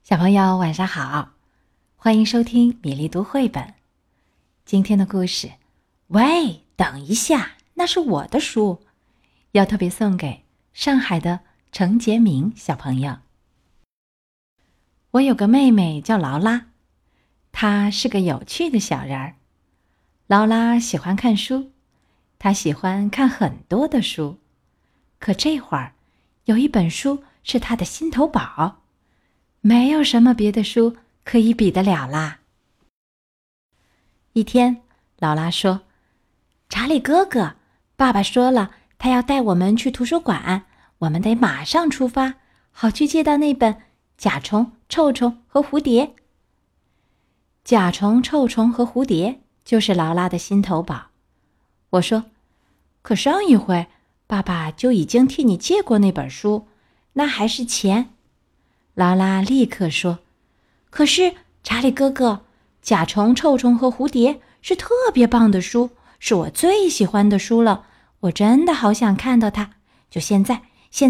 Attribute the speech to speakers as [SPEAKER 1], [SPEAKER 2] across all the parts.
[SPEAKER 1] 小朋友晚上好，欢迎收听米粒读绘本。今天的故事，喂，等一下，那是我的书，要特别送给上海的程杰明小朋友。我有个妹妹叫劳拉，她是个有趣的小人儿。劳拉喜欢看书，她喜欢看很多的书，可这会儿有一本书是她的心头宝，没有什么别的书可以比得了啦。一天，劳拉说：“查理哥哥，爸爸说了，他要带我们去图书馆，我们得马上出发，好去借到那本《甲虫、臭虫和蝴蝶》。”甲虫、臭虫和蝴蝶就是劳拉的心头宝。我说：“可上一回，爸爸就已经替你借过那本书，那还是钱。”劳拉立刻说：“可是，查理哥哥，甲虫、臭虫和蝴蝶是特别棒的书，是我最喜欢的书了。我真的好想看到它，就现在！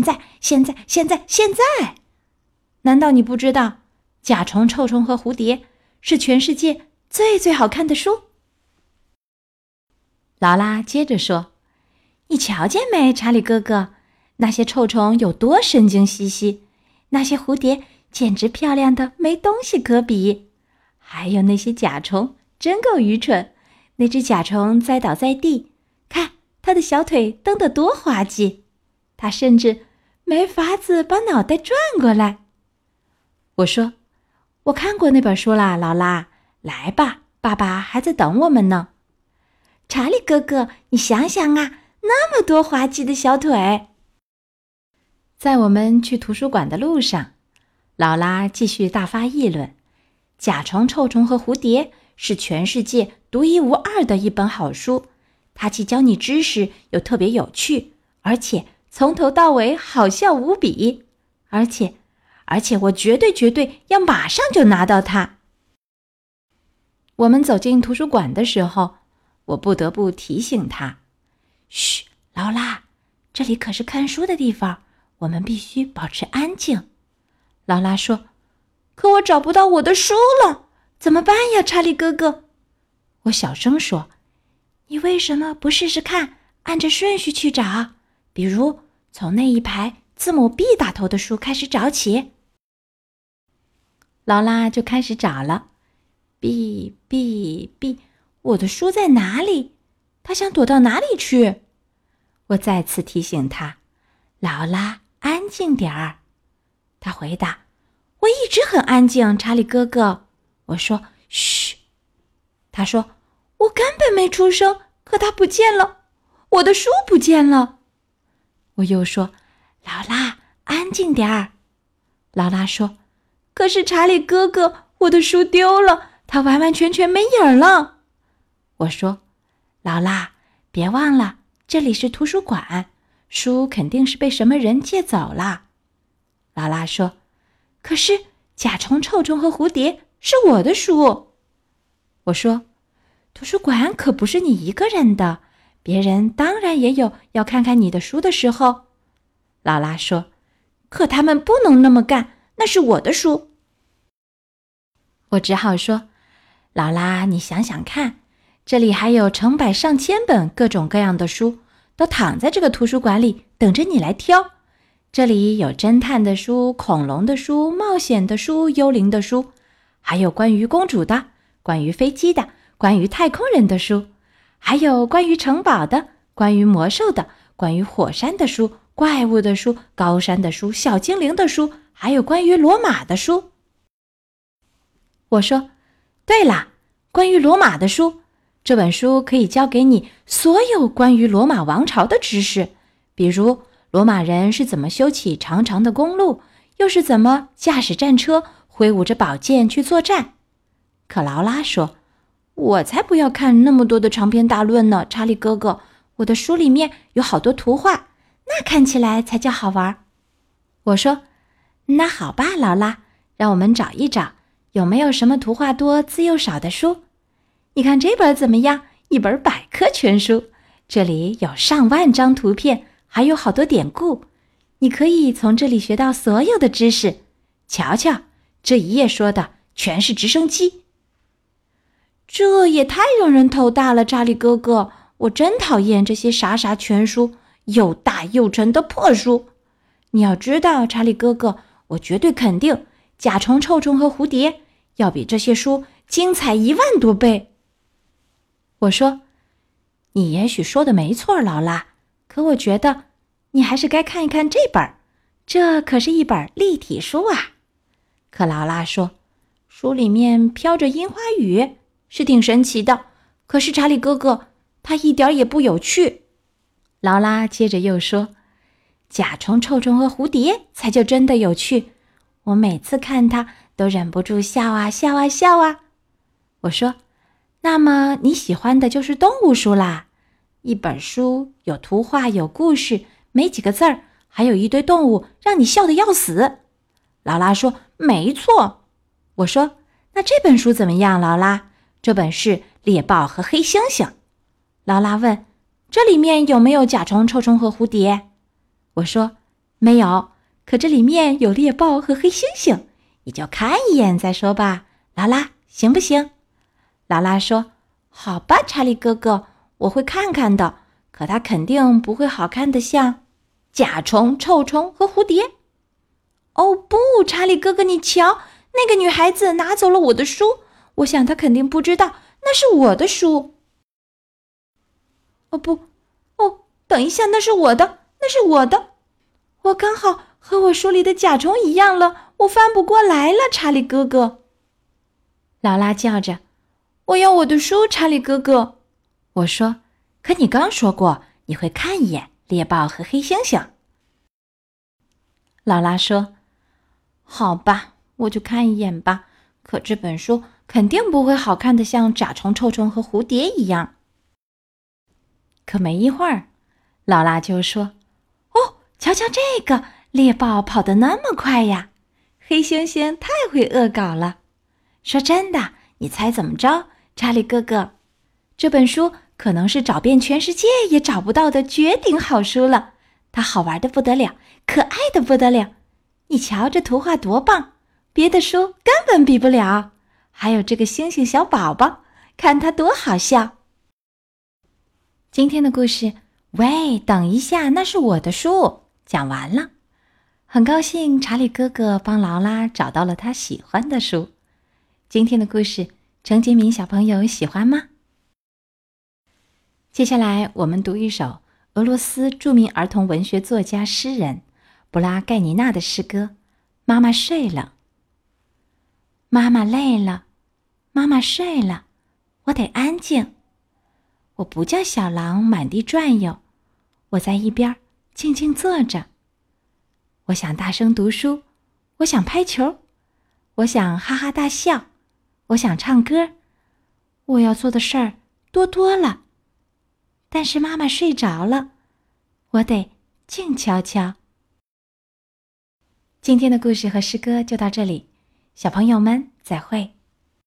[SPEAKER 1] 难道你不知道，甲虫、臭虫和蝴蝶是全世界最好看的书？”劳拉接着说：“你瞧见没，查理哥哥，那些臭虫有多神经兮兮，那些蝴蝶简直漂亮的没东西可比，还有那些甲虫真够愚蠢。那只甲虫栽倒在地，看它的小腿蹬得多滑稽，它甚至没法子把脑袋转过来。”我说：“我看过那本书啦，劳拉，来吧，爸爸还在等我们呢。”查理哥哥，你想想啊，那么多滑稽的小腿。在我们去图书馆的路上，劳拉继续大发议论：甲虫、臭虫和蝴蝶是全世界独一无二的一本好书，它既教你知识，又特别有趣，而且从头到尾好笑无比。而且我绝对要马上就拿到它。我们走进图书馆的时候，我不得不提醒他：“嘘，劳拉，这里可是看书的地方，我们必须保持安静。”劳拉说：“可我找不到我的书了，怎么办呀，查理哥哥？”我小声说：“你为什么不试试看，按着顺序去找？比如从那一排字母 B 打头的书开始找起。”劳拉就开始找了 ，B， 我的书在哪里？他想躲到哪里去？我再次提醒他：“劳拉，安静点儿。”他回答：“我一直很安静，查理哥哥。”我说：“嘘。”他说：“我根本没出声，可它不见了，我的书不见了。”我又说：“劳拉，安静点儿。”劳拉说：“可是查理哥哥，我的书丢了，它完完全全没影了。”我说：“劳拉，别忘了，这里是图书馆，书肯定是被什么人借走了。”劳拉说：“可是甲虫、臭虫和蝴蝶是我的书。”我说：“图书馆可不是你一个人的，别人当然也有要看看你的书的时候。”劳拉说：“可他们不能那么干，那是我的书。”我只好说：“劳拉，你想想看，这里还有成百上千本各种各样的书，都躺在这个图书馆里等着你来挑。这里有侦探的书、恐龙的书、冒险的书、幽灵的书，还有关于公主的、关于飞机的、关于太空人的书，还有关于城堡的、关于魔兽的、关于火山的书、怪物的书、高山的书、小精灵的书，还有关于罗马的书。”我说：“对了，关于罗马的书，这本书可以教给你所有关于罗马王朝的知识，比如罗马人是怎么修起长长的公路，又是怎么驾驶战车，挥舞着宝剑去作战。”可劳拉说：“我才不要看那么多的长篇大论呢，查理哥哥，我的书里面有好多图画，那看起来才叫好玩。”我说：“那好吧，劳拉，让我们找一找，有没有什么图画多、字又少的书？你看这本怎么样？一本百科全书，这里有上万张图片，还有好多典故，你可以从这里学到所有的知识。瞧瞧， 这一页说的全是直升机。这也太让人头大了，查理哥哥，我真讨厌这些傻傻全书，又大又沉的破书。你要知道，查理哥哥，我绝对肯定甲虫、臭虫和蝴蝶要比这些书精彩10000多倍。我说，你也许说的没错，劳拉，可我觉得你还是该看一看这本，这可是一本立体书啊。可劳拉说，书里面飘着樱花雨，是挺神奇的，可是查理哥哥，它一点也不有趣。劳拉接着又说，甲虫、臭虫和蝴蝶才叫真的有趣，我每次看它都忍不住笑啊笑啊笑啊。我说，那么你喜欢的就是动物书啦？一本书有图画，有故事，没几个字儿，还有一堆动物让你笑得要死。劳拉说，没错。我说，那这本书怎么样，劳拉？这本是猎豹和黑猩猩。劳拉问，这里面有没有甲虫、臭虫和蝴蝶？我说，没有，可这里面有猎豹和黑猩猩，你就看一眼再说吧，劳拉，行不行？劳拉说，好吧，查理哥哥，我会看看的，可它肯定不会好看的像甲虫、臭虫和蝴蝶。哦不，查理哥哥，你瞧，那个女孩子拿走了我的书，我想她肯定不知道那是我的书。哦不，哦，等一下，那是我的，那是我的。我刚好和我书里的甲虫一样了，我翻不过来了，查理哥哥。劳拉叫着，我要我的书，查理哥哥。我说，可你刚说过你会看一眼猎豹和黑猩猩。劳拉说，好吧，我就看一眼吧，可这本书肯定不会好看的像甲虫、臭虫和蝴蝶一样。可没一会儿，劳拉就说，哦，瞧瞧这个，猎豹跑得那么快呀，黑猩猩太会恶搞了。说真的，你猜怎么着，查理哥哥？这本书可能是找遍全世界也找不到的绝顶好书了，它好玩的不得了，可爱的不得了。你瞧这图画多棒，别的书根本比不了。还有这个星星小宝宝，看它多好笑。今天的故事，喂，等一下，那是我的书，讲完了。很高兴查理哥哥帮劳拉找到了他喜欢的书。今天的故事，程洁明小朋友喜欢吗？接下来我们读一首俄罗斯著名儿童文学作家诗人布拉盖尼娜的诗歌《妈妈睡了》。妈妈累了，妈妈睡了，我得安静。我不叫小狼满地转悠，我在一边静静坐着。我想大声读书，我想拍球，我想哈哈大笑，我想唱歌，我要做的事儿多多了。但是妈妈睡着了，我得静悄悄。今天的故事和诗歌就到这里，小朋友们再会。